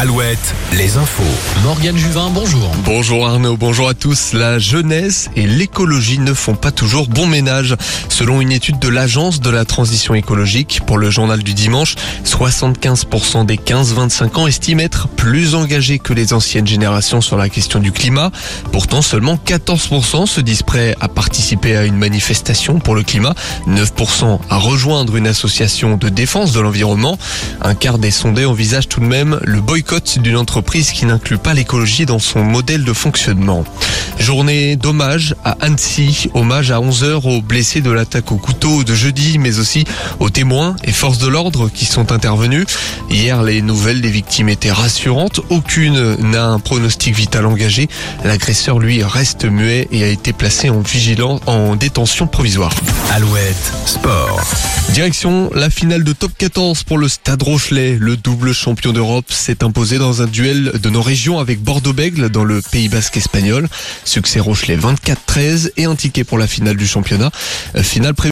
Alouette, les infos. Morgane Juvin, bonjour. Bonjour Arnaud, bonjour à tous. La jeunesse et l'écologie ne font pas toujours bon ménage. Selon une étude de l'Agence de la transition écologique pour le journal du dimanche, 75% des 15-25 ans estiment être plus engagés que les anciennes générations sur la question du climat. Pourtant, seulement 14% se disent prêts à participer à une manifestation pour le climat, 9% à rejoindre une association de défense de l'environnement. Un quart des sondés envisagent tout de même le boycott d'une entreprise qui n'inclut pas l'écologie dans son modèle de fonctionnement. Journée d'hommage à Annecy, hommage à 11h aux blessés de l'attaque au couteau de jeudi, mais aussi aux témoins et forces de l'ordre qui sont intervenus. Hier, les nouvelles des victimes étaient rassurantes. Aucune n'a un pronostic vital engagé. L'agresseur, lui, reste muet et a été placé en détention provisoire. Alouette, sport. Direction la finale de top 14 pour le Stade Rochelais. Le double champion d'Europe s'est imposé dans un duel de nos régions avec Bordeaux-Bègles dans le Pays Basque espagnol. Succès Rochelais 24-13 et un ticket pour la finale du championnat. Finale